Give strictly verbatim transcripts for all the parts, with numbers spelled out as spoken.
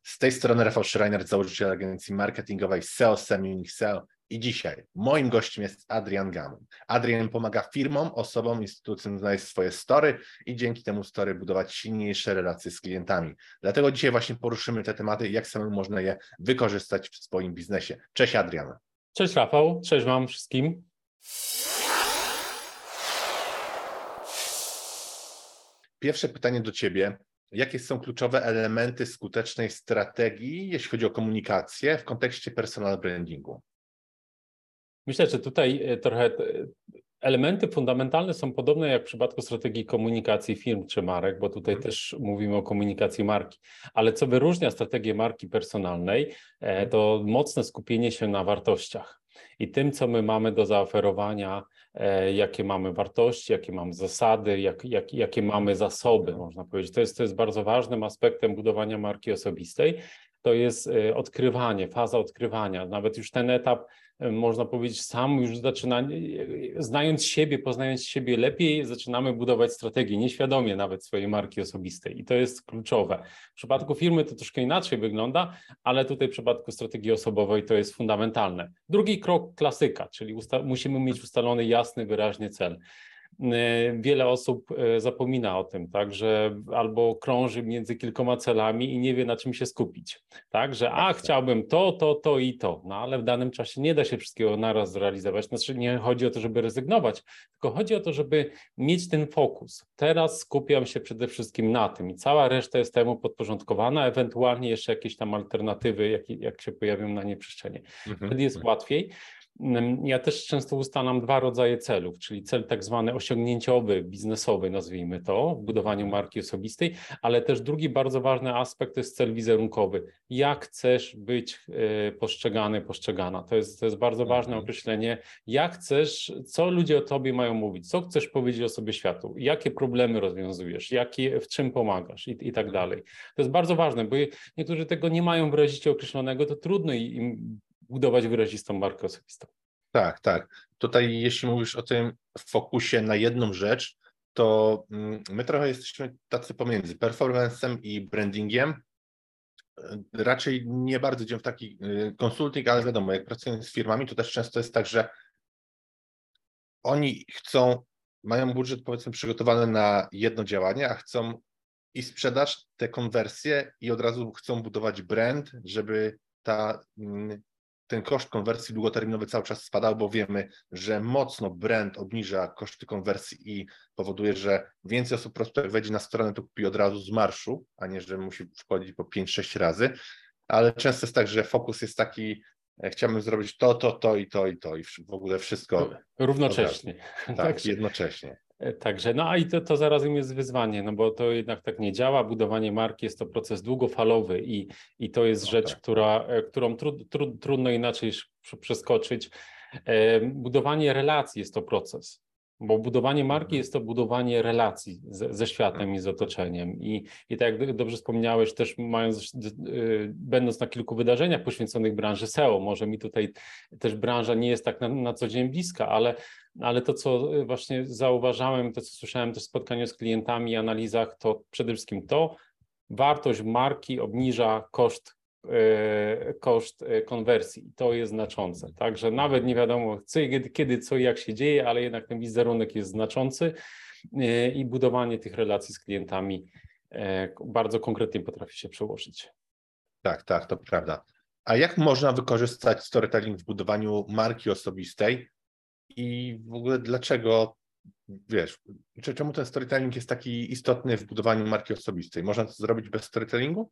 Z tej strony Rafał Schreiner, założyciel agencji marketingowej S E O Semionik S E O i dzisiaj moim gościem jest Adrian Gamun. Adrian pomaga firmom, osobom, instytucjom znaleźć swoje story i dzięki temu story budować silniejsze relacje z klientami. Dlatego dzisiaj właśnie poruszymy te tematy i jak samemu można je wykorzystać w swoim biznesie. Cześć Adrian. Cześć Rafał, cześć wam wszystkim. Pierwsze pytanie do Ciebie. Jakie są kluczowe elementy skutecznej strategii, jeśli chodzi o komunikację w kontekście personal brandingu? Myślę, że tutaj trochę elementy fundamentalne są podobne jak w przypadku strategii komunikacji firm czy marek, bo tutaj hmm. też mówimy o komunikacji marki. Ale co wyróżnia strategię marki personalnej, to mocne skupienie się na wartościach i tym, co my mamy do zaoferowania, jakie mamy wartości, jakie mamy zasady, jak, jak, jakie mamy zasoby, można powiedzieć. To jest, to jest bardzo ważnym aspektem budowania marki osobistej. To jest odkrywanie, faza odkrywania. Nawet już ten etap, można powiedzieć, sam już zaczyna, znając siebie, poznając siebie lepiej, zaczynamy budować strategię, nieświadomie nawet swojej marki osobistej i to jest kluczowe. W przypadku firmy to troszkę inaczej wygląda, ale tutaj w przypadku strategii osobowej to jest fundamentalne. Drugi krok, klasyka, czyli usta- musimy mieć ustalony jasny, wyraźny cel. Wiele osób zapomina o tym, tak, że albo krąży między kilkoma celami i nie wie, na czym się skupić, tak, że a chciałbym to, to, to i to, no ale w danym czasie nie da się wszystkiego naraz zrealizować, znaczy nie chodzi o to, żeby rezygnować, tylko chodzi o to, żeby mieć ten fokus. Teraz skupiam się przede wszystkim na tym i cała reszta jest temu podporządkowana, ewentualnie jeszcze jakieś tam alternatywy, jak, jak się pojawią na niej przestrzenie. Mhm. Wtedy jest łatwiej. Ja też często ustalam dwa rodzaje celów, czyli cel tak zwany osiągnięciowy, biznesowy, nazwijmy to, w budowaniu marki osobistej, ale też drugi bardzo ważny aspekt to jest cel wizerunkowy. Jak chcesz być postrzegany, postrzegana? To jest, to jest bardzo ważne określenie. Jak chcesz, co ludzie o tobie mają mówić, co chcesz powiedzieć o sobie światu, jakie problemy rozwiązujesz, jakie, w czym pomagasz i, i tak dalej. To jest bardzo ważne, bo niektórzy tego nie mają wyraziście określonego, to trudno im budować wyrazistą markę osobistą. Tak, tak. Tutaj jeśli mówisz o tym fokusie na jedną rzecz, to my trochę jesteśmy tacy pomiędzy performance'em i brandingiem. Raczej nie bardzo idziemy w taki konsulting, ale wiadomo, jak pracując z firmami, to też często jest tak, że oni chcą, mają budżet powiedzmy przygotowany na jedno działanie, a chcą i sprzedaż, te konwersje i od razu chcą budować brand, żeby ta ten koszt konwersji długoterminowy cały czas spadał, bo wiemy, że mocno brand obniża koszty konwersji i powoduje, że więcej osób po prostu jak wejdzie na stronę, to kupi od razu z marszu, a nie, że musi wchodzić po pięć sześć razy, ale często jest tak, że fokus jest taki, chciałbym zrobić to, to, to i to i to i w ogóle wszystko. Równocześnie. Tak, Także, jednocześnie. Także, no a i to, to zarazem jest wyzwanie, no bo to jednak tak nie działa. Budowanie marki jest to proces długofalowy i, i to jest no rzecz, tak. która, którą tru, tru, trudno inaczej przeskoczyć. Budowanie relacji jest to proces, bo budowanie marki jest to budowanie relacji ze, ze światem i z otoczeniem. I, i tak jak dobrze wspomniałeś, też mając, będąc na kilku wydarzeniach poświęconych branży S E O, może mi tutaj też branża nie jest tak na, na co dzień bliska, ale Ale to, co właśnie zauważałem, to, co słyszałem też w spotkaniu z klientami i analizach, to przede wszystkim to, wartość marki obniża koszt, e, koszt konwersji. To jest znaczące. Także nawet nie wiadomo, co, kiedy, co i jak się dzieje, ale jednak ten wizerunek jest znaczący e, i budowanie tych relacji z klientami e, bardzo konkretnie potrafi się przełożyć. Tak, tak, to prawda. A jak można wykorzystać storytelling w budowaniu marki osobistej? I w ogóle dlaczego, wiesz, czemu ten storytelling jest taki istotny w budowaniu marki osobistej? Można to zrobić bez storytellingu?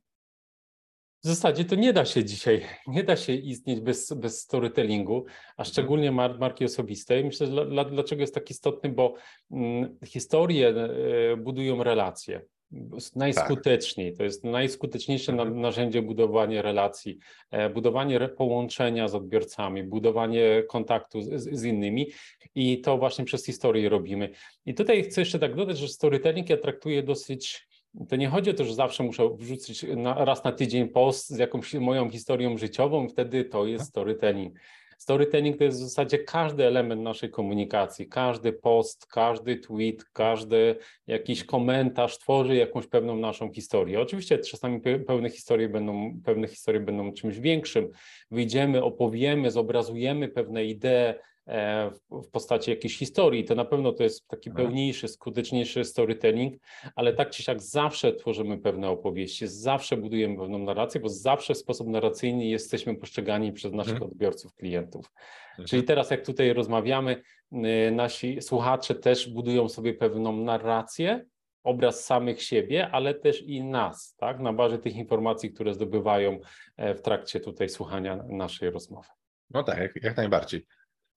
W zasadzie to nie da się dzisiaj, nie da się istnieć bez, bez storytellingu, a szczególnie mar- marki osobistej. Myślę, że dla, dlaczego jest tak istotny, bo mm, historie y, budują relacje. Najskuteczniej, tak. To jest najskuteczniejsze mhm. narzędzie budowania relacji, e, budowanie re- połączenia z odbiorcami, budowanie kontaktu z, z innymi i to właśnie przez historię robimy. I tutaj chcę jeszcze tak dodać, że storytelling ja traktuję dosyć, to nie chodzi o to, że zawsze muszę wrzucić na, raz na tydzień post z jakąś moją historią życiową, wtedy to jest storytelling. Storytelling to jest w zasadzie każdy element naszej komunikacji, każdy post, każdy tweet, każdy jakiś komentarz tworzy jakąś pewną naszą historię. Oczywiście czasami pełne historie będą, pewne historie będą czymś większym. Wyjdziemy, opowiemy, zobrazujemy pewne idee w postaci jakiejś historii, to na pewno to jest taki pełniejszy, skuteczniejszy storytelling, ale tak czy siak zawsze tworzymy pewne opowieści, zawsze budujemy pewną narrację, bo zawsze w sposób narracyjny jesteśmy postrzegani przez naszych mhm. odbiorców, klientów. Mhm. Czyli teraz jak tutaj rozmawiamy, nasi słuchacze też budują sobie pewną narrację, obraz samych siebie, ale też i nas, tak, na bazie tych informacji, które zdobywają w trakcie tutaj słuchania naszej rozmowy. No tak, jak, jak najbardziej.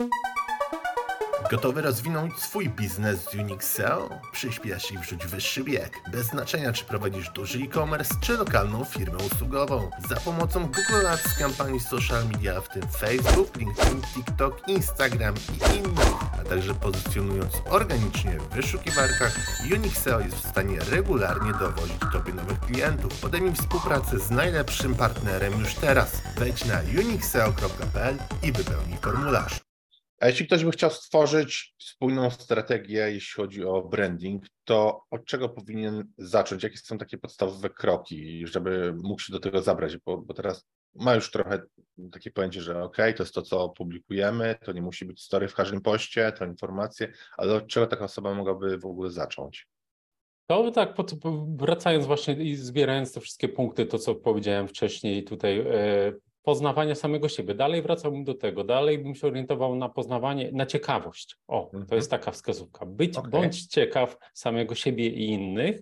Gotowy rozwinąć swój biznes z Unique S E O? Przyspiesz i wrzuć wyższy bieg. Bez znaczenia, czy prowadzisz duży e-commerce, czy lokalną firmę usługową. Za pomocą Google Ads, kampanii social media, w tym Facebook, LinkedIn, TikTok, Instagram i innych, a także pozycjonując organicznie w wyszukiwarkach, Unique S E O jest w stanie regularnie dowozić Tobie nowych klientów. Podejmij współpracę z najlepszym partnerem już teraz. Wejdź na unique s e o kropka p l i wypełnij formularz. A jeśli ktoś by chciał stworzyć spójną strategię, jeśli chodzi o branding, to od czego powinien zacząć? Jakie są takie podstawowe kroki, żeby mógł się do tego zabrać? Bo, bo teraz ma już trochę takie pojęcie, że ok, to jest to, co publikujemy, to nie musi być story w każdym poście, to informacje, ale od czego taka osoba mogłaby w ogóle zacząć? To tak, wracając właśnie i zbierając te wszystkie punkty, to co powiedziałem wcześniej tutaj, poznawania samego siebie. Dalej wracałbym do tego, dalej bym się orientował na poznawanie, na ciekawość. O, mhm. to jest taka wskazówka. Być, okay. Bądź ciekaw samego siebie i innych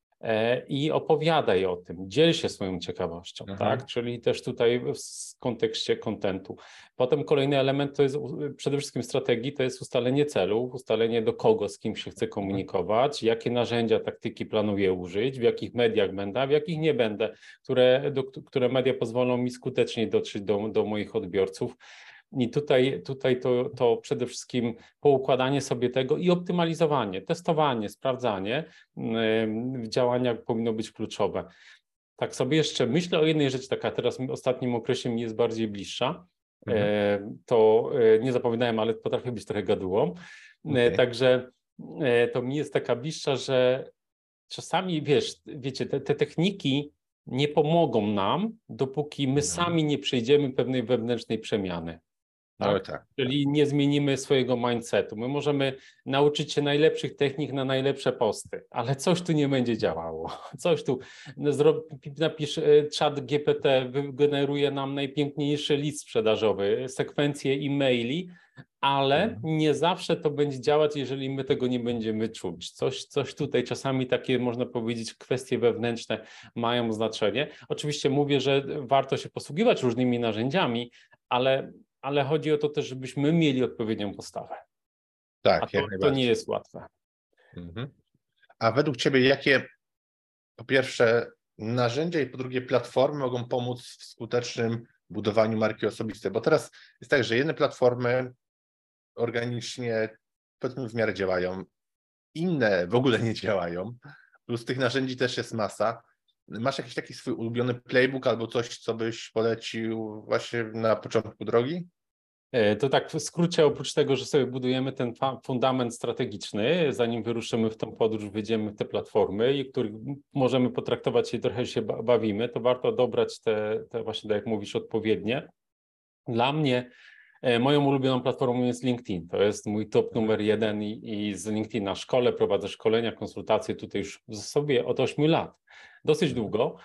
e, i opowiadaj o tym, dziel się swoją ciekawością, mhm. tak? Czyli też tutaj w kontekście kontentu. Potem kolejny element to jest przede wszystkim strategii, to jest ustalenie celów, ustalenie do kogo, z kim się chce komunikować, jakie narzędzia, taktyki planuję użyć, w jakich mediach będę, a w jakich nie będę, które, do, które media pozwolą mi skutecznie dotrzeć do, do moich odbiorców. I tutaj, tutaj to, to przede wszystkim poukładanie sobie tego i optymalizowanie, testowanie, sprawdzanie yy, działania powinno być kluczowe. Tak sobie jeszcze myślę o jednej rzeczy, taka teraz w ostatnim okresie mi jest bardziej bliższa. Mhm. To nie zapominałem, ale potrafię być trochę gadułą. Okay. Także to mi jest taka bliższa, że czasami, wiesz, wiecie, te, te techniki nie pomogą nam, dopóki my sami nie przejdziemy pewnej wewnętrznej przemiany. Tak? tak. Czyli nie zmienimy swojego mindsetu. My możemy nauczyć się najlepszych technik na najlepsze posty, ale coś tu nie będzie działało. Coś tu, napisz czat G P T, wygeneruje nam najpiękniejszy list sprzedażowy, sekwencję e-maili, ale nie zawsze to będzie działać, jeżeli my tego nie będziemy czuć. Coś, coś tutaj czasami takie, można powiedzieć, kwestie wewnętrzne mają znaczenie. Oczywiście mówię, że warto się posługiwać różnymi narzędziami, ale ale chodzi o to też, żebyśmy mieli odpowiednią postawę. Tak, a to, to nie jest łatwe. Mhm. A według Ciebie jakie, po pierwsze, narzędzia i po drugie platformy mogą pomóc w skutecznym budowaniu marki osobistej? Bo teraz jest tak, że jedne platformy organicznie, powiedzmy, w miarę działają, inne w ogóle nie działają, plus tych narzędzi też jest masa. Masz jakiś taki swój ulubiony playbook albo coś, co byś polecił właśnie na początku drogi? To tak w skrócie, oprócz tego, że sobie budujemy ten fundament strategiczny, zanim wyruszymy w tą podróż, wyjdziemy w te platformy i których możemy potraktować i trochę się bawimy, to warto dobrać te, te właśnie, tak jak mówisz, odpowiednie. Dla mnie moją ulubioną platformą jest LinkedIn. To jest mój top numer jeden i, i z LinkedIna szkole, prowadzę szkolenia, konsultacje tutaj już w zasobie od ośmiu lat. Dosyć długo.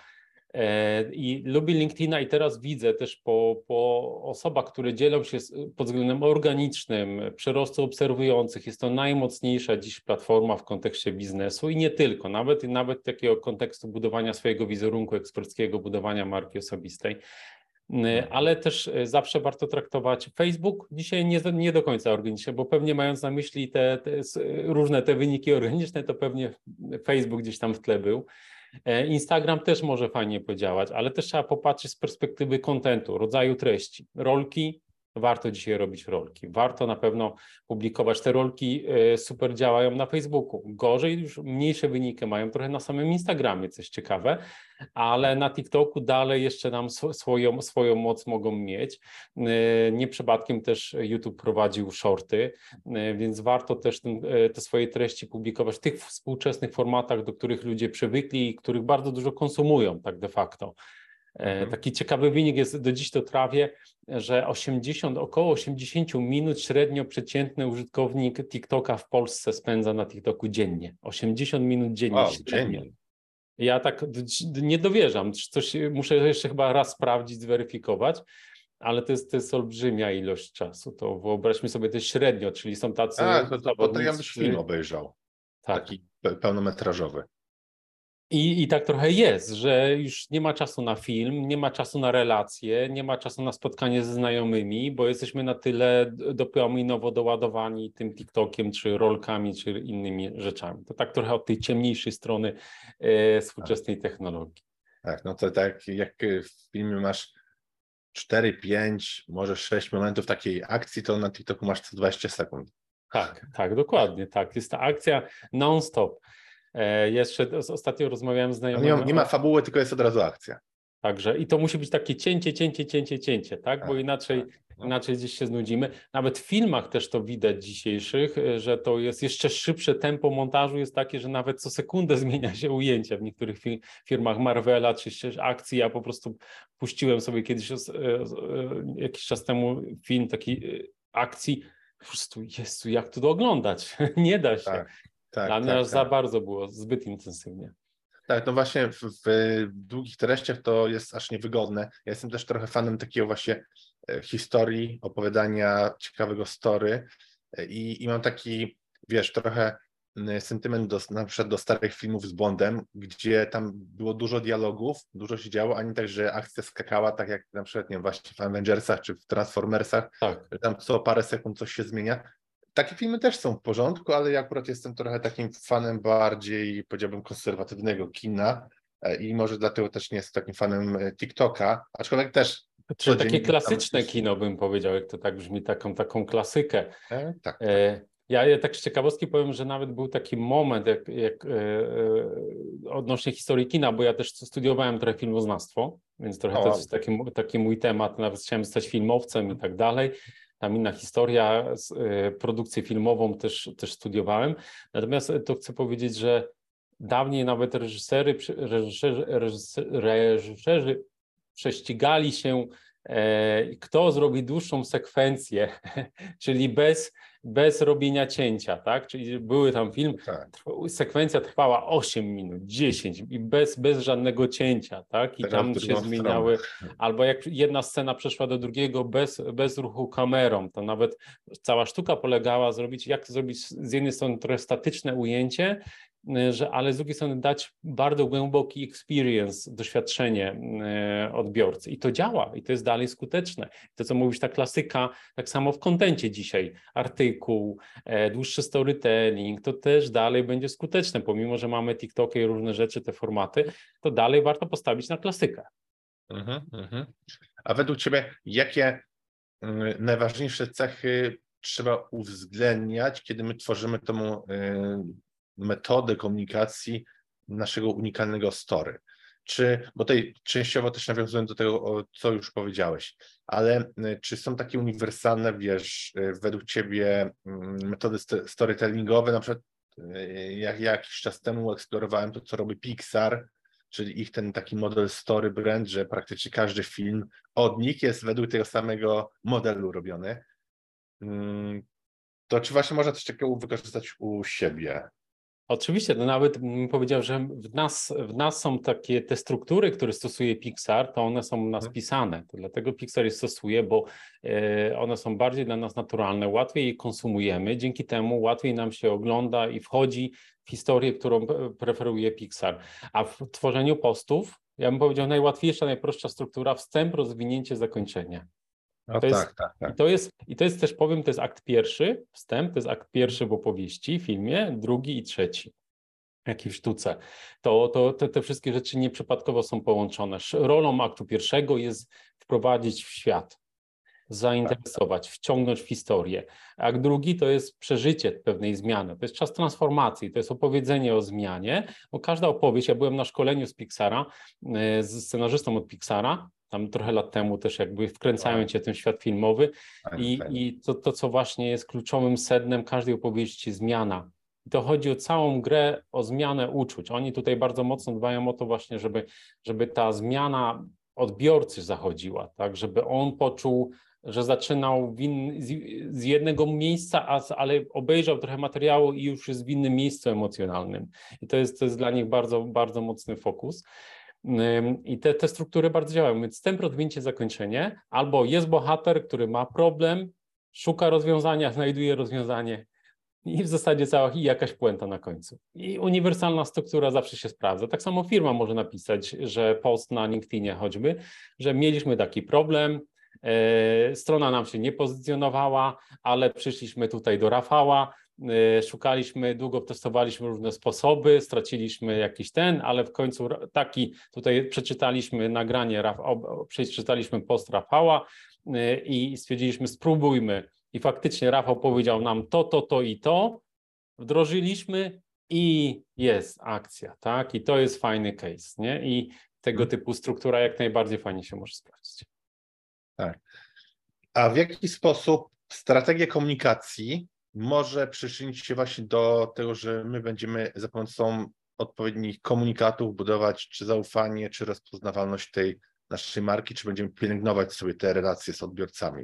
I lubię LinkedIna i teraz widzę też po, po osobach, które dzielą się pod względem organicznym, przyrostu obserwujących. Jest to najmocniejsza dziś platforma w kontekście biznesu i nie tylko, nawet, nawet takiego kontekstu budowania swojego wizerunku eksperckiego, budowania marki osobistej. Ale też zawsze warto traktować Facebook. Dzisiaj nie, nie do końca organicznie, bo pewnie mając na myśli te, te różne te wyniki organiczne, to pewnie Facebook gdzieś tam w tle był. Instagram też może fajnie podziałać, ale też trzeba popatrzeć z perspektywy kontentu, rodzaju treści. Rolki warto dzisiaj robić rolki. Warto na pewno publikować. Te rolki super działają na Facebooku. Gorzej, już mniejsze wyniki mają trochę na samym Instagramie, coś ciekawe, ale na TikToku dalej jeszcze nam swoją, swoją moc mogą mieć. Nie przypadkiem też YouTube prowadził shorty, więc warto też ten, te swoje treści publikować w tych współczesnych formatach, do których ludzie przywykli i których bardzo dużo konsumują tak de facto. Mhm. Taki ciekawy wynik jest, do dziś to trawię, że osiemdziesiąt, około osiemdziesiąt minut średnio przeciętny użytkownik TikToka w Polsce spędza na TikToku dziennie. osiemdziesiąt minut dziennie. Wow, średnio. dziennie. Ja tak nie dowierzam. Coś muszę jeszcze chyba raz sprawdzić, zweryfikować, ale to jest, to jest olbrzymia ilość czasu. To wyobraźmy sobie to średnio, czyli są tacy A, to, to, to ja bym zawodnicy, film obejrzał. tak. Taki pełnometrażowy. I, I tak trochę jest, że już nie ma czasu na film, nie ma czasu na relacje, nie ma czasu na spotkanie ze znajomymi, bo jesteśmy na tyle dopaminowo doładowani tym TikTokiem, czy rolkami, czy innymi rzeczami. To tak trochę od tej ciemniejszej strony e, współczesnej tak. technologii. Tak, no to tak jak w filmie masz cztery, pięć, może sześć momentów takiej akcji, to na TikToku masz co dwadzieścia sekund. Tak, tak, dokładnie, tak. Jest ta akcja non-stop. E, jeszcze ostatnio rozmawiałem z znajomym. Nie ma, nie ma fabuły, tylko jest od razu akcja. Także i to musi być takie cięcie, cięcie, cięcie, cięcie, tak? Bo inaczej, no. inaczej gdzieś się znudzimy. Nawet w filmach też to widać dzisiejszych, że to jest jeszcze szybsze tempo montażu jest takie, że nawet co sekundę zmienia się ujęcie w niektórych fi firmach Marvela czy akcji. Ja po prostu puściłem sobie kiedyś jakiś czas temu film taki akcji. Po prostu, Jezu, jak to oglądać? Nie da się. Tak, tak, Dla mnie tak, aż tak. za bardzo było, zbyt intensywnie. Tak, no właśnie w, w długich treściach to jest aż niewygodne. Ja jestem też trochę fanem takiego właśnie historii, opowiadania ciekawego story i, i mam taki, wiesz, trochę sentyment do, na przykład do starych filmów z Bondem, gdzie tam było dużo dialogów, dużo się działo, a nie tak, że akcja skakała, tak jak na przykład, nie wiem, właśnie w Avengersach czy w Transformersach, tak. Że tam co parę sekund coś się zmienia. Takie filmy też są w porządku, ale ja akurat jestem trochę takim fanem bardziej, powiedziałbym, konserwatywnego kina i może dlatego też nie jestem takim fanem TikToka, aczkolwiek też... Czyli takie klasyczne tam... kino bym powiedział, jak to tak brzmi, taką, taką klasykę. E, tak, tak. E, ja, ja tak z ciekawostki powiem, że nawet był taki moment jak, jak e, e, odnośnie historii kina, bo ja też studiowałem trochę filmoznawstwo, więc trochę o, to jest taki, taki mój temat, nawet chciałem zostać filmowcem i tak dalej. Tam inna historia, produkcję filmową też, też studiowałem. Natomiast to chcę powiedzieć, że dawniej nawet reżysery, reżyserzy, reżyserzy, reżyserzy prześcigali się, e, kto zrobi dłuższą sekwencję, czyli bez, bez robienia cięcia, tak? Czyli były tam film, tak. sekwencja trwała osiem minut, dziesięć i bez, bez żadnego cięcia, tak? I Teraz tam się zmieniały, stronę. Albo jak jedna scena przeszła do drugiego bez, bez ruchu kamerą, to nawet cała sztuka polegała zrobić, jak zrobić z jednej strony trochę statyczne ujęcie, że, ale z drugiej strony dać bardzo głęboki experience, doświadczenie odbiorcy. I to działa, i to jest dalej skuteczne. To, co mówisz, ta klasyka, tak samo w kontencie dzisiaj, artykuł, dłuższy storytelling, to też dalej będzie skuteczne, pomimo, że mamy TikToki i różne rzeczy, te formaty, to dalej warto postawić na klasykę. Mhm, mhm. A według Ciebie, jakie y, najważniejsze cechy trzeba uwzględniać, kiedy my tworzymy tą y, metodę komunikacji naszego unikalnego story? Czy, bo tutaj częściowo też nawiązując do tego, o co już powiedziałeś, ale czy są takie uniwersalne, wiesz, według Ciebie metody storytellingowe, na przykład jak jakiś czas temu eksplorowałem to, co robi Pixar, czyli ich ten taki model story brand, że praktycznie każdy film od nich jest według tego samego modelu robiony. To czy właśnie można coś takiego wykorzystać u siebie? Oczywiście, to nawet bym powiedział, że w nas, w nas są takie te struktury, które stosuje Pixar, to one są u nas pisane. To dlatego Pixar je stosuje, bo e, one są bardziej dla nas naturalne, łatwiej je konsumujemy, dzięki temu łatwiej nam się ogląda i wchodzi w historię, którą preferuje Pixar. A w tworzeniu postów, ja bym powiedział, najłatwiejsza, najprostsza struktura, wstęp, rozwinięcie, zakończenie. No to tak, jest, tak, tak. I to jest, i to jest też, powiem, to jest akt pierwszy, wstęp, to jest akt pierwszy w opowieści, filmie, drugi i trzeci, jak i w sztuce. To, to te, te wszystkie rzeczy nieprzypadkowo są połączone. Rolą aktu pierwszego jest wprowadzić w świat. zainteresować, wciągnąć w historię. A drugi to jest przeżycie pewnej zmiany. To jest czas transformacji, to jest opowiedzenie o zmianie, bo każda opowieść, ja byłem na szkoleniu z Pixara, z scenarzystą od Pixara, tam trochę lat temu też jakby wkręcają cię w ten świat filmowy i, i to, to, co właśnie jest kluczowym sednem każdej opowieści, zmiana. I to chodzi o całą grę, o zmianę uczuć. Oni tutaj bardzo mocno dbają o to właśnie, żeby, żeby ta zmiana odbiorcy zachodziła, tak, żeby on poczuł, że zaczynał in, z, z jednego miejsca, a, ale obejrzał trochę materiału i już jest w innym miejscu emocjonalnym. I to jest, to jest dla nich bardzo, bardzo mocny fokus. I te, te struktury bardzo działają. Więc wstęp, rozwinięcie, zakończenie. Albo jest bohater, który ma problem, szuka rozwiązania, znajduje rozwiązanie i w zasadzie cała i jakaś puenta na końcu. I uniwersalna struktura zawsze się sprawdza. Tak samo firma może napisać, że post na LinkedInie choćby, że mieliśmy taki problem, e, strona nam się nie pozycjonowała, ale przyszliśmy tutaj do Rafała, e, szukaliśmy, długo testowaliśmy różne sposoby, straciliśmy jakiś ten, ale w końcu taki, tutaj przeczytaliśmy nagranie, przeczytaliśmy post Rafała e, i stwierdziliśmy, spróbujmy. I faktycznie Rafał powiedział nam to, to, to i to, wdrożyliśmy i jest akcja, tak? I to jest fajny case, nie? I tego typu struktura jak najbardziej fajnie się może sprawdzić. Tak. A w jaki sposób strategia komunikacji może przyczynić się właśnie do tego, że my będziemy za pomocą odpowiednich komunikatów budować czy zaufanie, czy rozpoznawalność tej naszej marki, czy będziemy pielęgnować sobie te relacje z odbiorcami?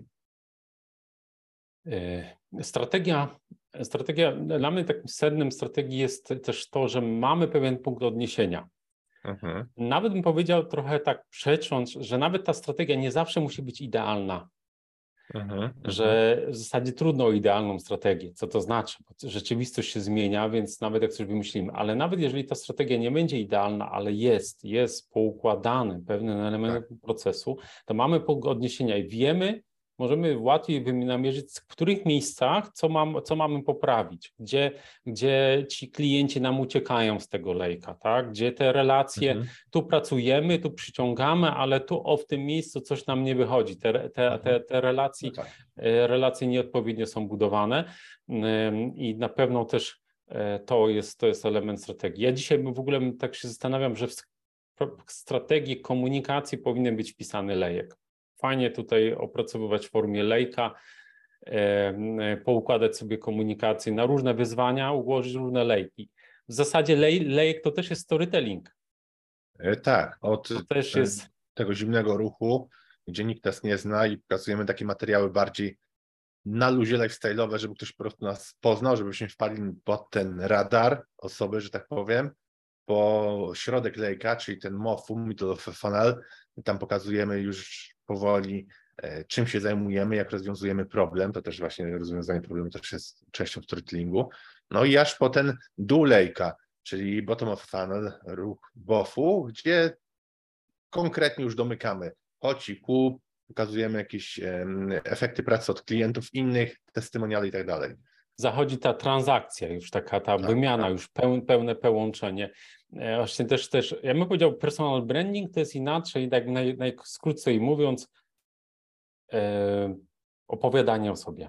Strategia, strategia, dla mnie takim sednem strategii jest też to, że mamy pewien punkt odniesienia. Mhm. Nawet bym powiedział trochę tak przecząc, że nawet ta strategia nie zawsze musi być idealna. Mhm. Że w zasadzie trudno o idealną strategię. Co to znaczy? Bo rzeczywistość się zmienia, więc nawet jak coś wymyślimy, ale nawet jeżeli ta strategia nie będzie idealna, ale jest, jest poukładany pewien element tak. procesu, to mamy punkt odniesienia i wiemy, możemy łatwiej namierzyć, w których miejscach, co, mam, co mamy poprawić, gdzie, gdzie ci klienci nam uciekają z tego lejka, tak? Gdzie te relacje, mhm. tu pracujemy, tu przyciągamy, ale tu o w tym miejscu coś nam nie wychodzi. Te, te, te, te relacje, no tak. relacje nieodpowiednio są budowane i na pewno też to jest, to jest element strategii. Ja dzisiaj w ogóle tak się zastanawiam, że w strategii komunikacji powinien być wpisany lejek. Fajnie tutaj opracowywać w formie lejka, e, poukładać sobie komunikację na różne wyzwania, ułożyć różne lejki. W zasadzie lej, lejek to też jest storytelling. E, tak, od to też jest... tego zimnego ruchu, gdzie nikt nas nie zna i pokazujemy takie materiały bardziej na luzie lifestyle'owe, żeby ktoś po prostu nas poznał, żebyśmy wpadli pod ten radar osoby, że tak powiem, po środek lejka, czyli ten M O F U, Middle of the Funnel, tam pokazujemy już powoli, e, czym się zajmujemy, jak rozwiązujemy problem, to też właśnie rozwiązanie problemu też jest częścią storytellingu. No i aż po ten dół lejka, czyli bottom of funnel, ruch B O F-u, gdzie konkretnie już domykamy, chodź i kup, pokazujemy jakieś e, efekty pracy od klientów innych, testymoniale i tak dalej. Zachodzi ta transakcja, już taka ta tak, wymiana, tak. już peł, pełne połączenie. E, właśnie też, też, ja bym powiedział, personal branding to jest inaczej, tak naj, najskrócej mówiąc, e, opowiadanie o sobie.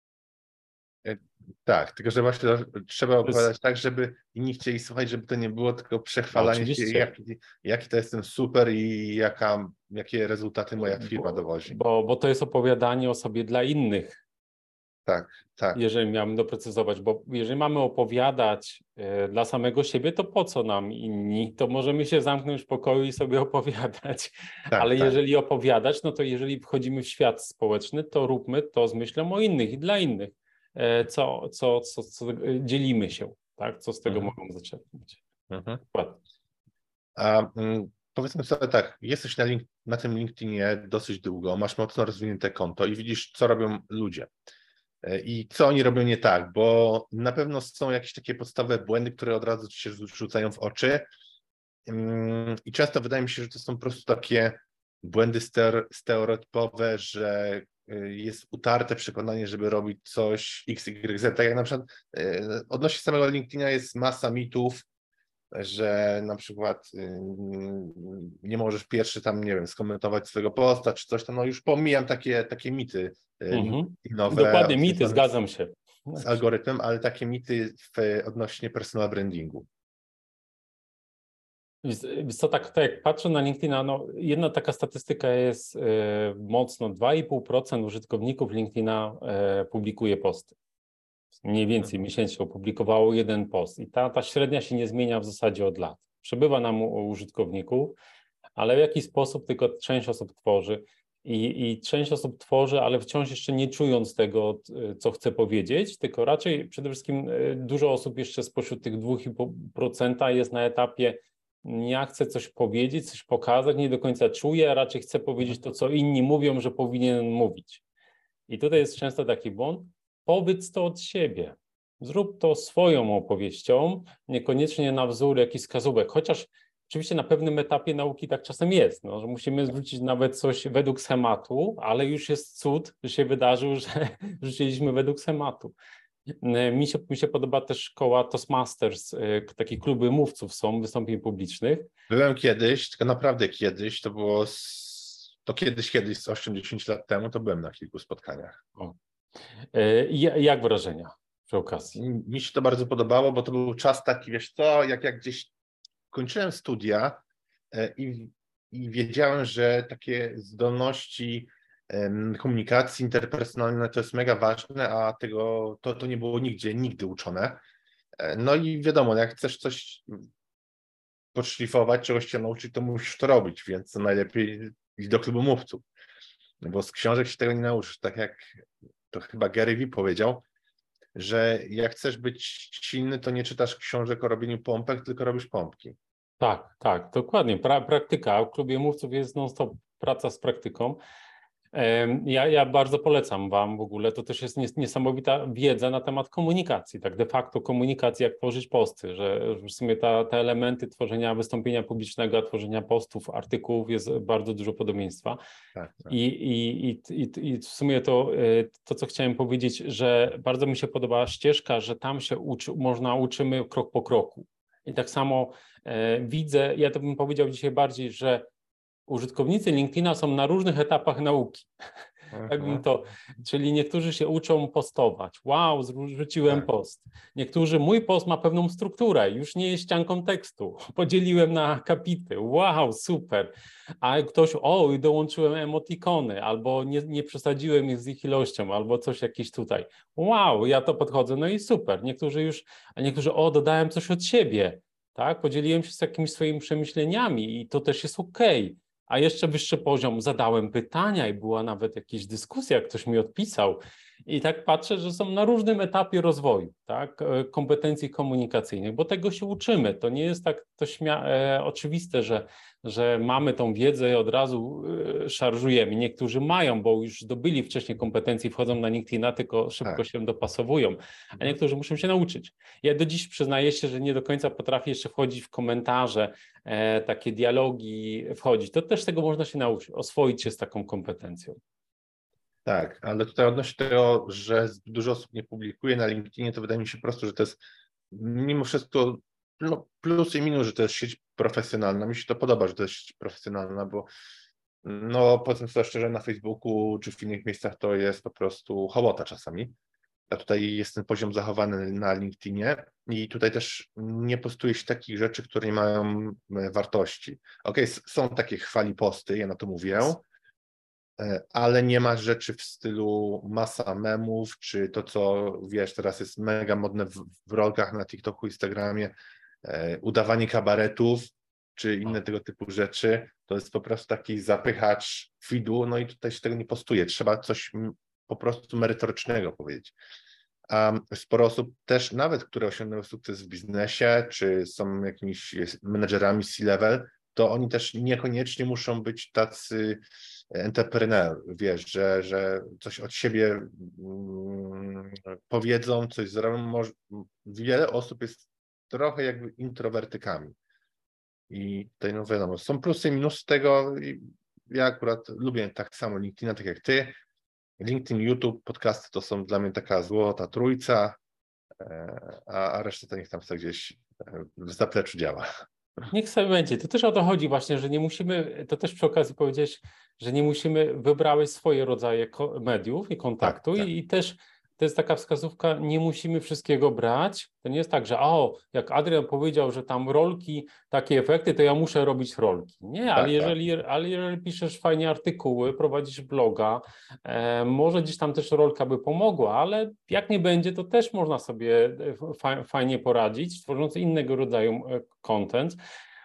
E, tak, tylko że właśnie trzeba opowiadać jest... tak, żeby inni chcieli słuchać, żeby to nie było tylko przechwalanie no, się, jaki, jaki to jestem super i jaka, jakie rezultaty moja firma bo, dowozi. Bo, bo to jest opowiadanie o sobie dla innych. Tak, tak. Jeżeli miałbym doprecyzować, bo jeżeli mamy opowiadać e, dla samego siebie, to po co nam inni? To możemy się zamknąć w pokoju i sobie opowiadać. Tak, ale tak. jeżeli opowiadać, no to jeżeli wchodzimy w świat społeczny, to róbmy to z myślą o innych i dla innych. E, co, co, co, co dzielimy się, tak? Co z tego mhm. mogą zaczerpnąć. Mhm. A mm, powiedzmy sobie tak, jesteś na, link, na tym LinkedInie dosyć długo, masz mocno rozwinięte konto i widzisz, co robią ludzie. I co oni robią nie tak, bo na pewno są jakieś takie podstawowe błędy, które od razu ci się rzucają w oczy i często wydaje mi się, że to są po prostu takie błędy stereotypowe, że jest utarte przekonanie, żeby robić coś X Y Z. Tak jak na przykład odnośnie samego LinkedIna jest masa mitów, że na przykład nie możesz pierwszy tam, nie wiem, skomentować swojego posta czy coś tam, no już pomijam takie, takie mity Mhm. nowe. Dokładnie, mity, zgadzam się. Z algorytmem, ale takie mity w, odnośnie personal brandingu. Wiesz co, tak, tak jak patrzę na LinkedIna, no jedna taka statystyka jest e, mocno, dwa i pół procent użytkowników LinkedIna e, publikuje posty. Mniej więcej miesięcznie opublikowało jeden post i ta, ta średnia się nie zmienia w zasadzie od lat. Przebywa nam u użytkowników, ale w jakiś sposób tylko część osób tworzy i, i część osób tworzy, ale wciąż jeszcze nie czując tego, co chce powiedzieć, tylko raczej przede wszystkim dużo osób jeszcze spośród tych dwa i pół procent jest na etapie ja chcę coś powiedzieć, coś pokazać, nie do końca czuję, a raczej chcę powiedzieć to, co inni mówią, że powinien mówić. I tutaj jest często taki błąd. Powiedz to od siebie. Zrób to swoją opowieścią, niekoniecznie na wzór jakichś wskazówek, chociaż oczywiście na pewnym etapie nauki tak czasem jest, no, że musimy zwrócić nawet coś według schematu, ale już jest cud, że się wydarzył, że rzuciliśmy według schematu. Mi się, mi się podoba też szkoła Toastmasters, takie kluby mówców są, wystąpień publicznych. Byłem kiedyś, tylko naprawdę kiedyś, to było, z, to kiedyś, kiedyś z osiem dziesięć lat temu, to byłem na kilku spotkaniach. O. Jak wrażenia przy okazji? Mi się to bardzo podobało, bo to był czas taki, wiesz co, jak, jak gdzieś kończyłem studia i, i wiedziałem, że takie zdolności komunikacji interpersonalnej to jest mega ważne, a tego to, to nie było nigdzie, nigdy uczone. No i wiadomo, jak chcesz coś podszlifować, czegoś się nauczyć, to musisz to robić, więc najlepiej iść do klubu mówców, bo z książek się tego nie nauczysz. Tak jak to chyba Gary Vee powiedział, że jak chcesz być silny, to nie czytasz książek o robieniu pompek, tylko robisz pompki. Tak, tak, dokładnie. Pra, praktyka. W klubie mówców jest non-stop praca z praktyką. Ja, ja bardzo polecam Wam w ogóle, to też jest niesamowita wiedza na temat komunikacji, tak de facto komunikacji, jak tworzyć posty, że w sumie ta, te elementy tworzenia wystąpienia publicznego, a tworzenia postów, artykułów jest bardzo dużo podobieństwa. Tak, tak. I, i, i, i, I w sumie to, to, co chciałem powiedzieć, że bardzo mi się podoba ścieżka, że tam się uczy, można uczymy krok po kroku. I tak samo e, widzę, ja to bym powiedział dzisiaj bardziej, że użytkownicy LinkedIna są na różnych etapach nauki. Tak bym to, czyli niektórzy się uczą postować. Wow, rzuciłem tak. post. Niektórzy, mój post ma pewną strukturę, już nie jest ścianką tekstu. Podzieliłem na akapity. Wow, super. A ktoś, o, i dołączyłem emotikony, albo nie, nie przesadziłem ich z ich ilością, albo coś jakieś tutaj. Wow, ja to podchodzę, no i super. Niektórzy już, a niektórzy, o, dodałem coś od siebie. Tak, podzieliłem się z jakimiś swoimi przemyśleniami i to też jest okej. Okay. A jeszcze wyższy poziom, zadałem pytania i była nawet jakaś dyskusja, ktoś mi odpisał. I tak patrzę, że są na różnym etapie rozwoju, tak, kompetencji komunikacyjnych, bo tego się uczymy. To nie jest tak to śmia- e, oczywiste, że, że mamy tą wiedzę i od razu e, szarżujemy. Niektórzy mają, bo już zdobyli wcześniej kompetencji, wchodzą na LinkedIna, tylko szybko tak. się dopasowują, a niektórzy muszą się nauczyć. Ja do dziś przyznaję się, że nie do końca potrafię jeszcze wchodzić w komentarze, e, takie dialogi wchodzić. To też tego można się nauczyć, oswoić się z taką kompetencją. Tak, ale tutaj odnośnie tego, że dużo osób nie publikuje na LinkedInie, to wydaje mi się po prostu, że to jest mimo wszystko no, plus i minus, że to jest sieć profesjonalna. Mi się to podoba, że to jest sieć profesjonalna, bo no powiedzmy sobie szczerze, na Facebooku czy w innych miejscach to jest po prostu hołota czasami. A tutaj jest ten poziom zachowany na LinkedInie i tutaj też nie postuje się takich rzeczy, które nie mają wartości. Okej, okay, są takie chwali posty, ja na to mówię, ale nie ma rzeczy w stylu masa memów, czy to, co wiesz, teraz jest mega modne w, w rolkach na TikToku, Instagramie, e, udawanie kabaretów, czy inne tego typu rzeczy. To jest po prostu taki zapychacz feedu, no i tutaj się tego nie postuje. Trzeba coś po prostu merytorycznego powiedzieć. A sporo osób też, nawet które osiągnęły sukces w biznesie, czy są jakimiś menedżerami C-level, to oni też niekoniecznie muszą być tacy entrepreneur, wiesz, że, że coś od siebie mm, powiedzą, coś zrobią. Może, wiele osób jest trochę jakby introwertykami. I tutaj no wiadomo, są plusy i minusy tego. I ja akurat lubię tak samo LinkedIna, tak jak ty. LinkedIn, YouTube, podcasty to są dla mnie taka złota trójca, a, a resztę to niech tam sobie gdzieś w zapleczu działa. Niech sobie będzie. To też o to chodzi właśnie, że nie musimy, to też przy okazji powiedzieć, że nie musimy, wybrałeś swoje rodzaje mediów i kontaktu tak, tak. I, i też to jest taka wskazówka, nie musimy wszystkiego brać. To nie jest tak, że o, jak Adrian powiedział, że tam rolki, takie efekty, to ja muszę robić rolki. Nie, tak, ale, jeżeli, tak. ale jeżeli piszesz fajnie artykuły, prowadzisz bloga, e, może gdzieś tam też rolka by pomogła, ale jak nie będzie, to też można sobie fa fajnie poradzić, tworząc innego rodzaju content,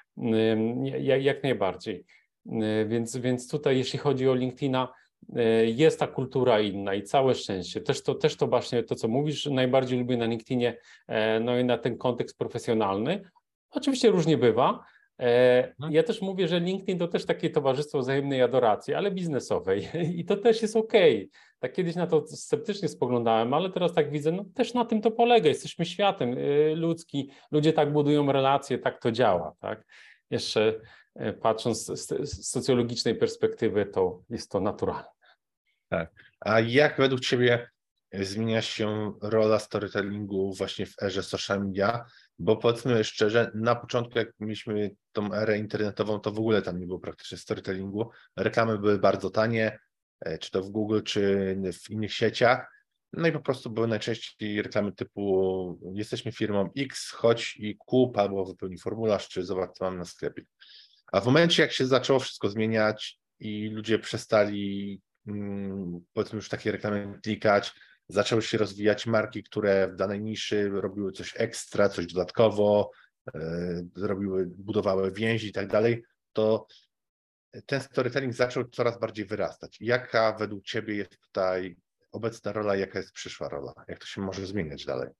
jak, jak najbardziej. Więc, więc tutaj, jeśli chodzi o LinkedIna, jest ta kultura inna i całe szczęście. Też to, też to właśnie to, co mówisz, najbardziej lubię na LinkedInie, no i na ten kontekst profesjonalny. Oczywiście różnie bywa. Ja też mówię, że LinkedIn to też takie towarzystwo wzajemnej adoracji, ale biznesowej i to też jest okej. Tak kiedyś na to sceptycznie spoglądałem, ale teraz tak widzę, no też na tym to polega. Jesteśmy światem ludzki, ludzie tak budują relacje, tak to działa, tak? Jeszcze patrząc z socjologicznej perspektywy, to jest to naturalne. Tak. A jak według Ciebie zmienia się rola storytellingu właśnie w erze social media? Bo powiedzmy szczerze, na początku jak mieliśmy tą erę internetową, to w ogóle tam nie było praktycznie storytellingu. Reklamy były bardzo tanie, czy to w Google, czy w innych sieciach. No i po prostu były najczęściej reklamy typu jesteśmy firmą X, chodź i kup, albo wypełnij formularz, czy zobacz, co mam na sklepie. A w momencie, jak się zaczęło wszystko zmieniać i ludzie przestali, hmm, powiedzmy, już takie reklamy klikać, zaczęły się rozwijać marki, które w danej niszy robiły coś ekstra, coś dodatkowo, yy, robiły, budowały więzi i tak dalej, to ten storytelling zaczął coraz bardziej wyrastać. Jaka według Ciebie jest tutaj obecna rola, jaka jest przyszła rola? Jak to się może zmieniać dalej?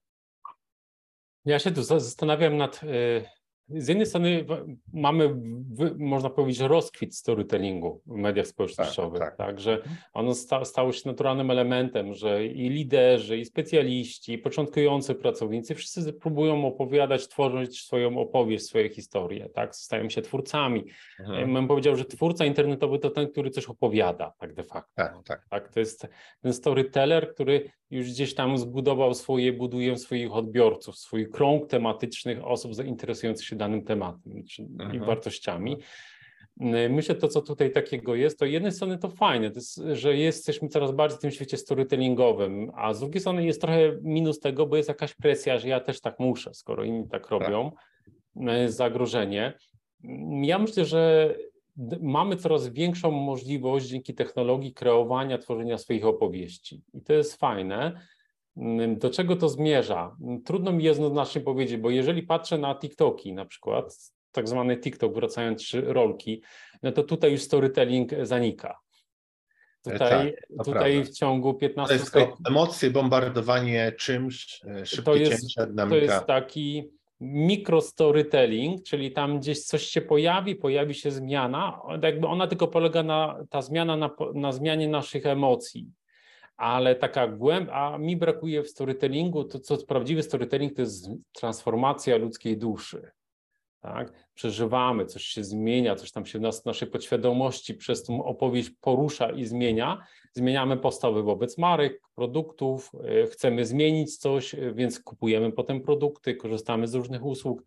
Ja się tu zastanawiam nad... Yy... Z jednej strony mamy, można powiedzieć, rozkwit storytellingu w mediach społecznościowych, tak, tak. tak że ono sta, stało się naturalnym elementem, że i liderzy, i specjaliści, i początkujący pracownicy, wszyscy próbują opowiadać, tworzyć swoją opowieść, swoje historie, tak, stają się twórcami. Mhm. Ja bym powiedział, że twórca internetowy to ten, który coś opowiada, tak de facto. Tak, tak. tak to jest ten storyteller, który już gdzieś tam zbudował swoje, buduje swoich odbiorców, swój krąg tematycznych osób zainteresujących się danym tematem i uh-huh. wartościami. Myślę, to co tutaj takiego jest, to z jednej strony to fajne, to jest, że jesteśmy coraz bardziej w tym świecie storytellingowym, a z drugiej strony jest trochę minus tego, bo jest jakaś presja, że ja też tak muszę, skoro inni tak robią, tak. Zagrożenie. Ja myślę, że mamy coraz większą możliwość dzięki technologii kreowania, tworzenia swoich opowieści i to jest fajne. Do czego to zmierza? Trudno mi jednoznacznie powiedzieć, bo jeżeli patrzę na TikToki na przykład, tak zwany TikTok, wracając czy rolki, no to tutaj już storytelling zanika. Tutaj, tak, tutaj w ciągu piętnastu sekund... Emocje, bombardowanie czymś, szybkie to jest, cięcia, dynamika. To jest taki mikrostorytelling, czyli tam gdzieś coś się pojawi, pojawi się zmiana, jakby ona tylko polega na, ta zmiana na, na zmianie naszych emocji. Ale taka głęb, a mi brakuje w storytellingu, to co prawdziwy storytelling to jest transformacja ludzkiej duszy. Tak? Przeżywamy, coś się zmienia, coś tam się w nas, naszej podświadomości przez tą opowieść porusza i zmienia. Zmieniamy postawy wobec marek, produktów, yy, chcemy zmienić coś, yy, więc kupujemy potem produkty, korzystamy z różnych usług.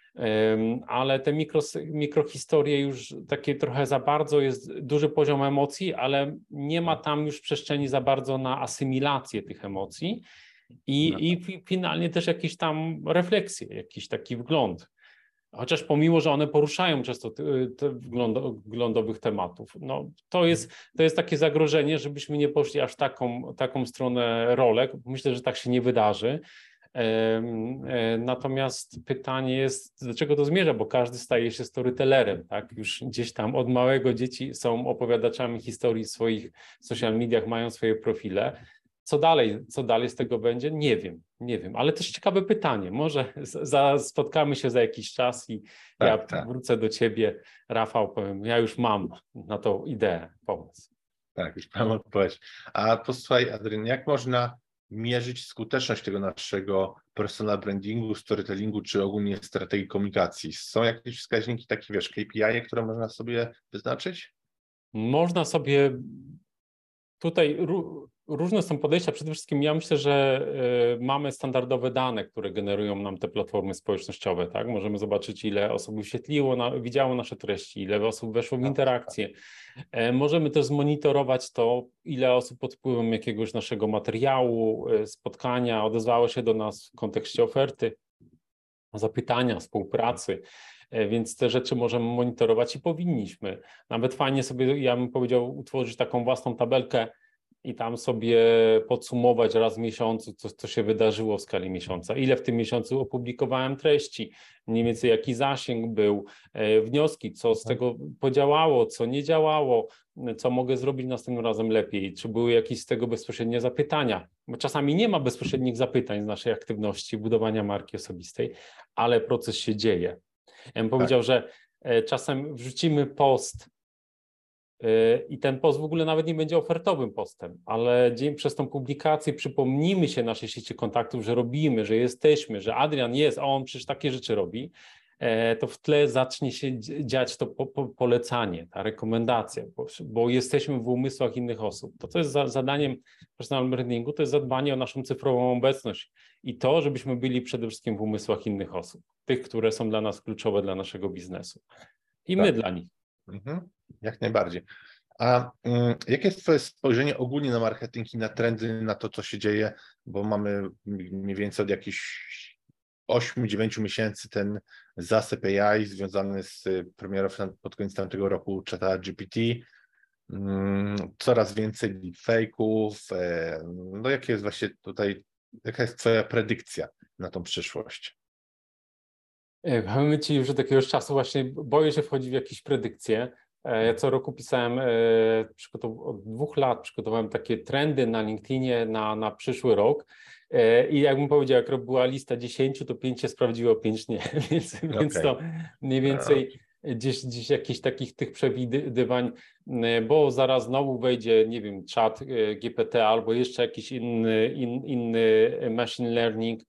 Ale te mikro, mikrohistorie już takie trochę za bardzo, jest duży poziom emocji, ale nie ma tam już przestrzeni za bardzo na asymilację tych emocji i, no. i finalnie też jakieś tam refleksje, jakiś taki wgląd. Chociaż pomimo, że one poruszają często te, te wglądowych tematów. No, to, jest, to jest takie zagrożenie, żebyśmy nie poszli aż taką, taką stronę rolek. Myślę, że tak się nie wydarzy. Natomiast pytanie jest, do czego to zmierza, bo każdy staje się storytellerem, tak? Już gdzieś tam od małego dzieci są opowiadaczami historii w swoich social mediach, mają swoje profile. Co dalej, co dalej z tego będzie? Nie wiem, nie wiem, ale też ciekawe pytanie. Może za, spotkamy się za jakiś czas i tak, ja tak. wrócę do ciebie, Rafał, powiem, ja już mam na tą ideę, pomysł. Tak, już mam odpowiedź. A posłuchaj, Adrian, jak można mierzyć skuteczność tego naszego personal brandingu, storytellingu, czy ogólnie strategii komunikacji? Są jakieś wskaźniki, takie wiesz, K P I, które można sobie wyznaczyć? Można sobie tutaj różne są podejścia. Przede wszystkim ja myślę, że y, mamy standardowe dane, które generują nam te platformy społecznościowe, tak? Możemy zobaczyć, ile osób wyświetliło, na, widziało nasze treści, ile osób weszło w interakcję. E, możemy też zmonitorować to, ile osób pod wpływem jakiegoś naszego materiału, y, spotkania odezwało się do nas w kontekście oferty, zapytania, współpracy. Więc te rzeczy możemy monitorować i powinniśmy. Nawet fajnie sobie, ja bym powiedział, utworzyć taką własną tabelkę i tam sobie podsumować raz w miesiącu, co, co się wydarzyło w skali miesiąca. Ile w tym miesiącu opublikowałem treści, mniej więcej jaki zasięg był, e, wnioski, co z tego podziałało, co nie działało, co mogę zrobić następnym razem lepiej, czy były jakieś z tego bezpośrednie zapytania. Bo czasami nie ma bezpośrednich zapytań z naszej aktywności budowania marki osobistej, ale proces się dzieje. Ja bym powiedział, tak. że czasem wrzucimy post i ten post w ogóle nawet nie będzie ofertowym postem, ale dzień przez tą publikację przypomnimy się naszej sieci kontaktów, że robimy, że jesteśmy, że Adrian jest, a on przecież takie rzeczy robi, to w tle zacznie się dziać to po, po, polecanie, ta rekomendacja, bo, bo jesteśmy w umysłach innych osób. To, co jest za, zadaniem personal brandingu, to jest zadbanie o naszą cyfrową obecność i to, żebyśmy byli przede wszystkim w umysłach innych osób, tych, które są dla nas kluczowe dla naszego biznesu i tak. my dla nich. Mhm. Jak najbardziej. A um, jakie jest Twoje spojrzenie ogólnie na marketing i na trendy, na to, co się dzieje, bo mamy mniej więcej od jakichś ośmiu dziewięciu miesięcy ten zasyp A I związany z premierą pod koniec tamtego roku czata G P T, um, coraz więcej deepfake'ów. E, no jakie jest właśnie tutaj, jaka jest Twoja predykcja na tą przyszłość? Powiem Ci, że takiego czasu właśnie boję się wchodzić w jakieś predykcje. Ja co roku pisałem, od dwóch lat przygotowałem takie trendy na LinkedInie na, na przyszły rok i jakbym powiedział, jak była lista dziesięciu, to pięć się sprawdziło, pięć nie, więc, okay. więc to mniej więcej gdzieś, gdzieś jakichś takich tych przewidywań, bo zaraz znowu wejdzie, nie wiem, czat G P T albo jeszcze jakiś inny, in, inny machine learning,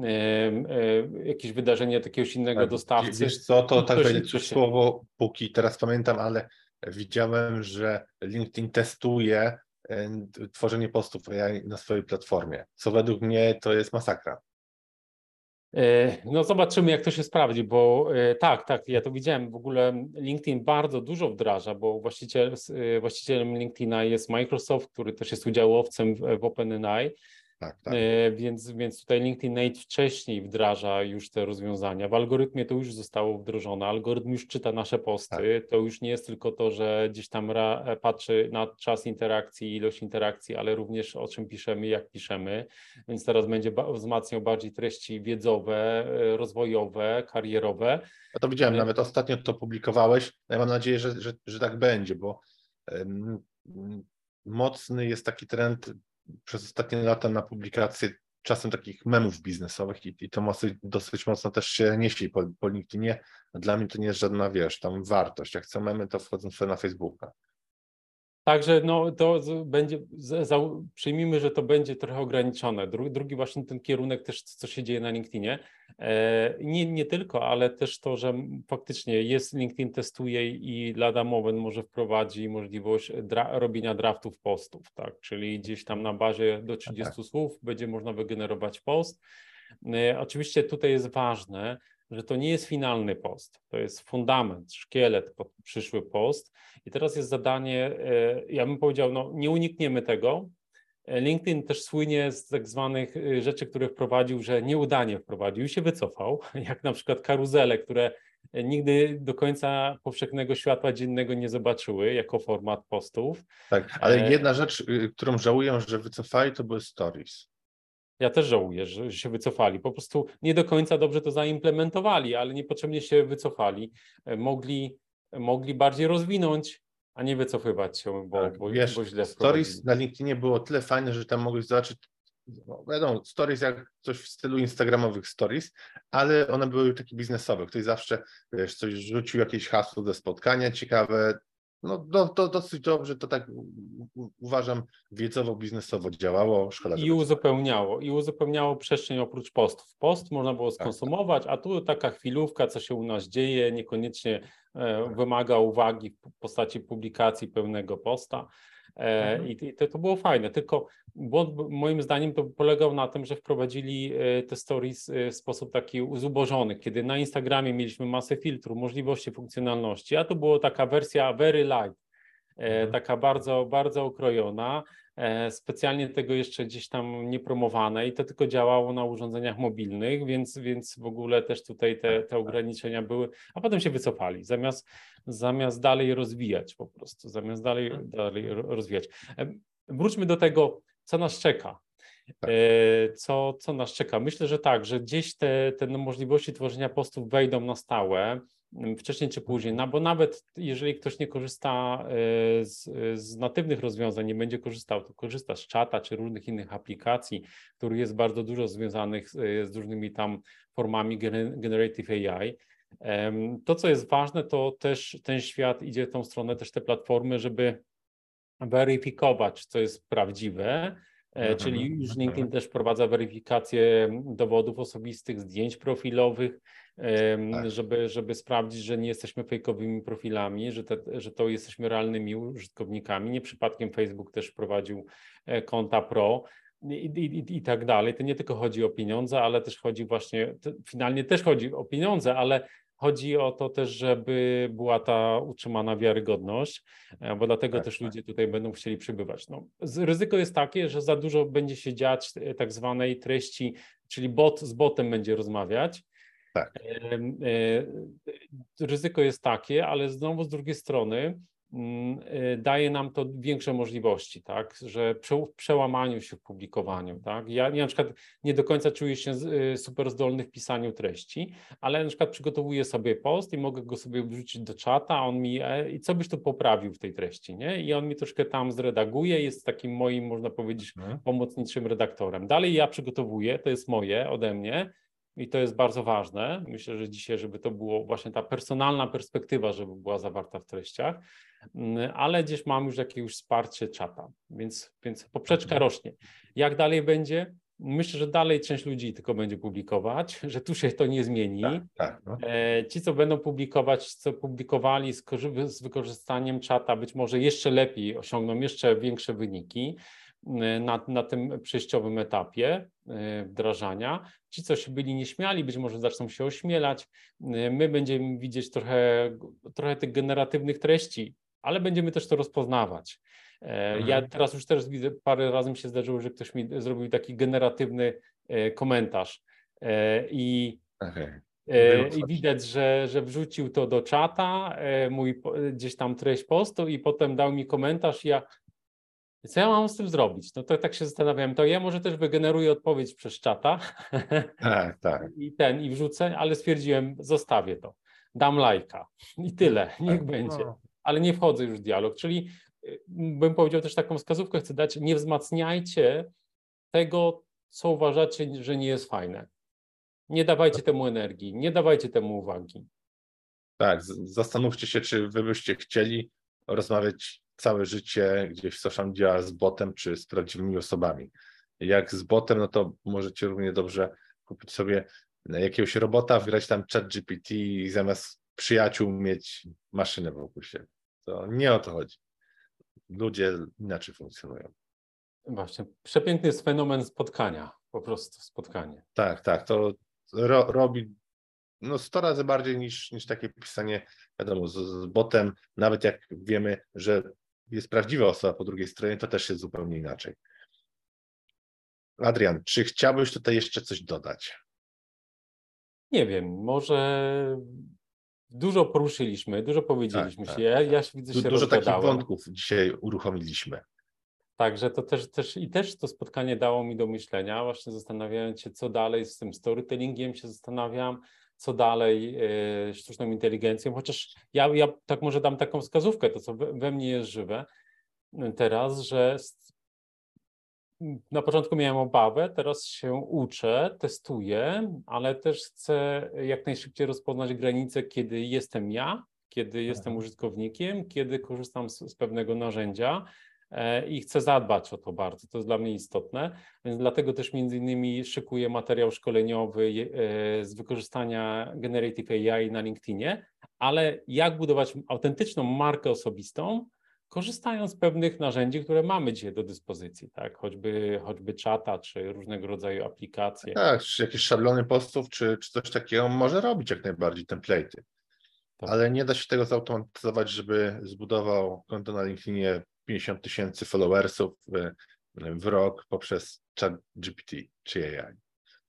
jakieś wydarzenie jakiegoś innego tak, dostawcy. Wiesz co, to tak wejdę słowo, póki teraz pamiętam, ale widziałem, że LinkedIn testuje tworzenie postów na swojej platformie, co według mnie to jest masakra. No zobaczymy, jak to się sprawdzi, bo tak, tak, ja to widziałem. W ogóle LinkedIn bardzo dużo wdraża, bo właściciel, właścicielem LinkedIna jest Microsoft, który też jest udziałowcem w, w OpenAI. Tak, tak. Więc, więc tutaj LinkedIn Native wcześniej wdraża już te rozwiązania. W algorytmie to już zostało wdrożone. Algorytm już czyta nasze posty. Tak. To już nie jest tylko to, że gdzieś tam ra, patrzy na czas interakcji, ilość interakcji, ale również o czym piszemy, jak piszemy. Więc teraz będzie ba- wzmacniał bardziej treści wiedzowe, rozwojowe, karierowe. Ja to widziałem, nawet ostatnio to publikowałeś. Ja mam nadzieję, że, że, że tak będzie, bo um, mocny jest taki trend przez ostatnie lata na publikację czasem takich memów biznesowych i, i to dosyć, dosyć mocno też się nieśli po, po LinkedInie. Dla mnie to nie jest żadna, wiesz, tam wartość. Jak chcą memy, to wchodzą sobie na Facebooka. Także no, to będzie, za, przyjmijmy, że to będzie trochę ograniczone. Dru, drugi właśnie ten kierunek też, co się dzieje na LinkedInie. E, nie, nie tylko, ale też to, że faktycznie jest, LinkedIn testuje i lada moment może wprowadzi możliwość dra, robienia draftów postów, tak? Czyli gdzieś tam na bazie do trzydziestu tak. słów będzie można wygenerować post. E, oczywiście tutaj jest ważne, że to nie jest finalny post, to jest fundament, szkielet pod przyszły post. I teraz jest zadanie, ja bym powiedział, no nie unikniemy tego. LinkedIn też słynie z tak zwanych rzeczy, które wprowadził, że nieudanie wprowadził i się wycofał, jak na przykład karuzele, które nigdy do końca powszechnego światła dziennego nie zobaczyły jako format postów. Tak, ale jedna rzecz, którą żałuję, że wycofali, to były stories. Ja też żałuję, że się wycofali. Po prostu nie do końca dobrze to zaimplementowali, ale niepotrzebnie się wycofali. Mogli, mogli bardziej rozwinąć, a nie wycofywać się, bo, tak, bo, wiesz, bo źle stories na LinkedInie było tyle fajne, że tam mogłeś zobaczyć, no wiadomo, stories jak coś w stylu instagramowych stories, ale one były takie biznesowe. Ktoś zawsze, wiesz, coś rzucił, jakieś hasło do spotkania ciekawe. No do, do, dosyć dobrze to tak uważam wiedzowo, biznesowo działało. Szkoda, I uzupełniało, i uzupełniało przestrzeń oprócz postów. Post można było skonsumować, tak, tak. a tu taka chwilówka, co się u nas dzieje, niekoniecznie e, tak. wymaga uwagi w postaci publikacji pełnego posta. E, I to, to było fajne, tylko błąd moim zdaniem to polegał na tym, że wprowadzili te stories w sposób taki zubożony, kiedy na Instagramie mieliśmy masę filtrów, możliwości, funkcjonalności, a to była taka wersja very light, e, taka bardzo, bardzo okrojona, e, specjalnie tego jeszcze gdzieś tam nie promowane i to tylko działało na urządzeniach mobilnych, więc, więc w ogóle też tutaj te, te ograniczenia były, a potem się wycofali, zamiast, zamiast dalej rozwijać po prostu, zamiast dalej, dalej rozwijać. E, wróćmy do tego, co nas czeka. Co, co nas czeka? Myślę, że tak, że gdzieś te, te możliwości tworzenia postów wejdą na stałe, wcześniej czy później, no bo nawet jeżeli ktoś nie korzysta z, z natywnych rozwiązań, nie będzie korzystał, to korzysta z czata czy różnych innych aplikacji, których jest bardzo dużo związanych z, z różnymi tam formami generative A I. To, co jest ważne, to też ten świat idzie w tą stronę, też te platformy, żeby weryfikować, co jest prawdziwe. Mhm, czyli już LinkedIn mhm. też wprowadza weryfikację dowodów osobistych, zdjęć profilowych, tak. żeby, żeby sprawdzić, że nie jesteśmy fejkowymi profilami, że, te, że to jesteśmy realnymi użytkownikami. Nie przypadkiem Facebook też wprowadził konta pro i, i, i tak dalej. To nie tylko chodzi o pieniądze, ale też chodzi właśnie, finalnie też chodzi o pieniądze, ale chodzi o to też, żeby była ta utrzymana wiarygodność, bo dlatego tak, też ludzie tutaj będą chcieli przybywać. No, ryzyko jest takie, że za dużo będzie się dziać tak zwanej treści, czyli bot z botem będzie rozmawiać. Tak. Ryzyko jest takie, ale znowu z drugiej strony daje nam to większe możliwości, tak, że w przełamaniu się w publikowaniu, tak. Ja, ja na przykład nie do końca czuję się super zdolny w pisaniu treści, ale na przykład przygotowuję sobie post i mogę go sobie wrzucić do czata, a on mi, e, i co byś tu poprawił w tej treści, nie? I on mi troszkę tam zredaguje, jest takim moim, można powiedzieć, mhm. pomocniczym redaktorem. Dalej ja przygotowuję, to jest moje, ode mnie, i to jest bardzo ważne. Myślę, że dzisiaj, żeby to było właśnie ta personalna perspektywa, żeby była zawarta w treściach, ale gdzieś mam już jakieś wsparcie czata, więc, więc poprzeczka rośnie. Jak dalej będzie? Myślę, że dalej część ludzi tylko będzie publikować, że tu się to nie zmieni. Tak, tak, no. Ci, co będą publikować, co publikowali z, z wykorzystaniem czata, być może jeszcze lepiej osiągną jeszcze większe wyniki na, na tym przejściowym etapie wdrażania. Ci, co się byli nieśmiali, być może zaczną się ośmielać. My będziemy widzieć trochę, trochę tych generatywnych treści, ale będziemy też to rozpoznawać. Mhm. Ja teraz już też widzę, parę razy mi się zdarzyło, że ktoś mi zrobił taki generatywny komentarz i, okay. i widać, że, że wrzucił to do czata, mój gdzieś tam treść postu i potem dał mi komentarz i ja co ja mam z tym zrobić? No to tak się zastanawiałem, to ja może też wygeneruję odpowiedź przez czata tak, tak. i ten, i wrzucę, ale stwierdziłem, zostawię to, dam lajka i tyle, niech tak, będzie, no. Ale nie wchodzę już w dialog, czyli bym powiedział też taką wskazówkę chcę dać, nie wzmacniajcie tego, co uważacie, że nie jest fajne. Nie dawajcie temu energii, nie dawajcie temu uwagi. Tak, zastanówcie się, czy wy byście chcieli rozmawiać całe życie gdzieś w social media z botem, czy z prawdziwymi osobami. Jak z botem, no to możecie równie dobrze kupić sobie jakiegoś robota, wgrać tam ChatGPT i zamiast przyjaciół mieć maszynę wokół siebie. To nie o to chodzi. Ludzie inaczej funkcjonują. Właśnie, przepiękny jest fenomen spotkania, po prostu spotkanie. Tak, tak, to ro, robi no sto razy bardziej niż, niż takie pisanie, wiadomo, z, z botem, nawet jak wiemy, że jest prawdziwa osoba po drugiej stronie, to też jest zupełnie inaczej. Adrian, czy chciałbyś tutaj jeszcze coś dodać? Nie wiem, może dużo poruszyliśmy, dużo powiedzieliśmy tak, się. Tak, ja, ja się widzę, du, się Dużo rozgadałem. takich wątków dzisiaj uruchomiliśmy. Także to też, też i też to spotkanie dało mi do myślenia, właśnie zastanawiając się, co dalej z tym storytellingiem się zastanawiam, co dalej e, sztuczną inteligencją, chociaż ja, ja tak może dam taką wskazówkę, to co we, we mnie jest żywe teraz, że na początku miałem obawę, teraz się uczę, testuję, ale też chcę jak najszybciej rozpoznać granice, kiedy jestem ja, kiedy jestem Aha. użytkownikiem, kiedy korzystam z, z pewnego narzędzia e, i chcę zadbać o to bardzo, to jest dla mnie istotne, więc dlatego też między innymi szykuję materiał szkoleniowy e, z wykorzystania Generative A I na LinkedInie, ale jak budować autentyczną markę osobistą, korzystając z pewnych narzędzi, które mamy dzisiaj do dyspozycji, tak? Choćby, choćby czata, czy różnego rodzaju aplikacje. Tak, czy jakieś szablony postów, czy, czy coś takiego może robić jak najbardziej, template'y. Tak. Ale nie da się tego zautomatyzować, żeby zbudował konto na LinkedInie pięćdziesiąt tysięcy followersów w, w rok poprzez chat G P T czy A I.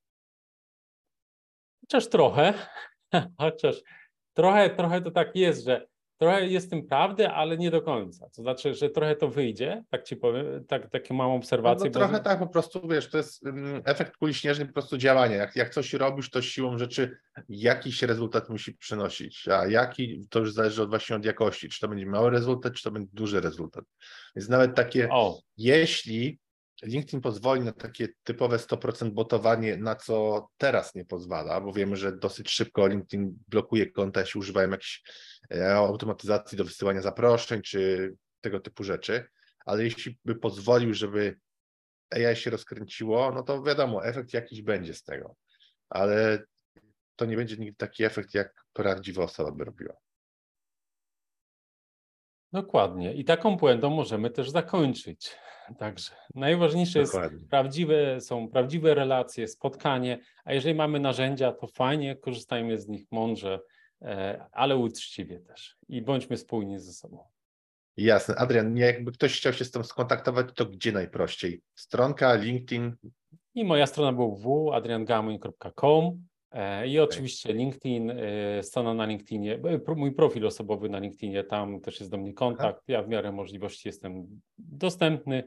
Chociaż trochę, chociaż trochę, trochę to tak jest, że trochę jest w tym prawdy, ale nie do końca. To znaczy, że trochę to wyjdzie, tak ci powiem, tak, takie małą No, obserwację. no trochę bo... tak, po prostu wiesz, to jest um, efekt kuli śnieżnej po prostu działania. Jak, jak coś robisz, to siłą rzeczy jakiś rezultat musi przynosić, a jaki, to już zależy od właśnie od jakości, czy to będzie mały rezultat, czy to będzie duży rezultat. Więc nawet takie, o. jeśli LinkedIn pozwoli na takie typowe sto procent botowanie, na co teraz nie pozwala, bo wiemy, że dosyć szybko LinkedIn blokuje konta, jeśli używają jakichś automatyzacji do wysyłania zaproszeń, czy tego typu rzeczy, ale jeśli by pozwolił, żeby A I się rozkręciło, no to wiadomo, efekt jakiś będzie z tego, ale to nie będzie nigdy taki efekt, jak prawdziwa osoba by robiła. Dokładnie. I taką puentą możemy też zakończyć. Także najważniejsze Dokładnie. jest prawdziwe, są prawdziwe relacje, spotkanie, a jeżeli mamy narzędzia, to fajnie, korzystajmy z nich mądrze, ale uczciwie też i bądźmy spójni ze sobą. Jasne. Adrian, jakby ktoś chciał się z tym skontaktować, to gdzie najprościej? Stronka, LinkedIn? I moja strona była w w w kropka adrian gamoń kropka com i oczywiście LinkedIn, strona na LinkedInie, mój profil osobowy na LinkedInie, tam też jest do mnie kontakt. Aha. Ja w miarę możliwości jestem dostępny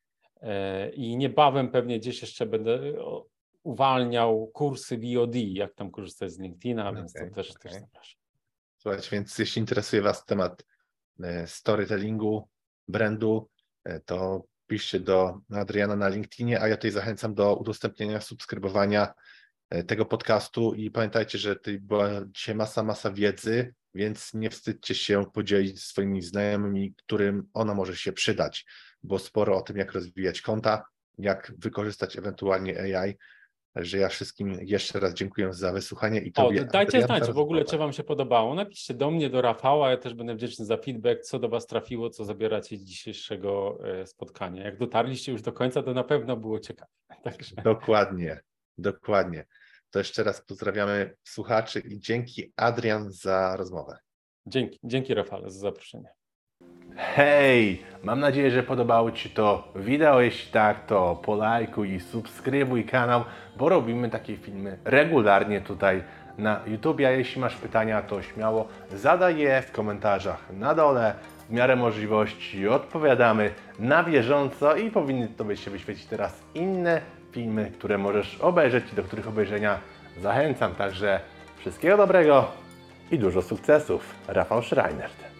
i niebawem pewnie gdzieś jeszcze będę uwalniał kursy V O D, jak tam korzystać z LinkedIna, okay, więc to też, okay. też zapraszam. Słuchajcie, więc jeśli interesuje Was temat storytellingu, brandu, to piszcie do Adriana na LinkedInie, a ja tutaj zachęcam do udostępnienia, subskrybowania tego podcastu i pamiętajcie, że tutaj była dzisiaj masa, masa wiedzy, więc nie wstydźcie się podzielić ze swoimi znajomymi, którym ona może się przydać, bo sporo o tym, jak rozwijać konta, jak wykorzystać ewentualnie A I. Także ja wszystkim jeszcze raz dziękuję za wysłuchanie i tobie. O, dajcie znać w ogóle, czy wam się podobało. Napiszcie do mnie, do Rafała, ja też będę wdzięczny za feedback, co do was trafiło, co zabieracie z dzisiejszego spotkania. Jak dotarliście już do końca, to na pewno było ciekawe. Także... Dokładnie, dokładnie. To jeszcze raz pozdrawiamy słuchaczy i dzięki Adrian za rozmowę. Dzięki, dzięki Rafale za zaproszenie. Hej! Mam nadzieję, że podobało Ci to wideo. Jeśli tak, to polajkuj i subskrybuj kanał, bo robimy takie filmy regularnie tutaj na YouTube. A jeśli masz pytania, to śmiało zadaj je w komentarzach na dole. W miarę możliwości odpowiadamy na bieżąco i powinny Tobie się wyświecić teraz inne filmy, które możesz obejrzeć i do których obejrzenia zachęcam. Także wszystkiego dobrego i dużo sukcesów. Rafał Schreiner.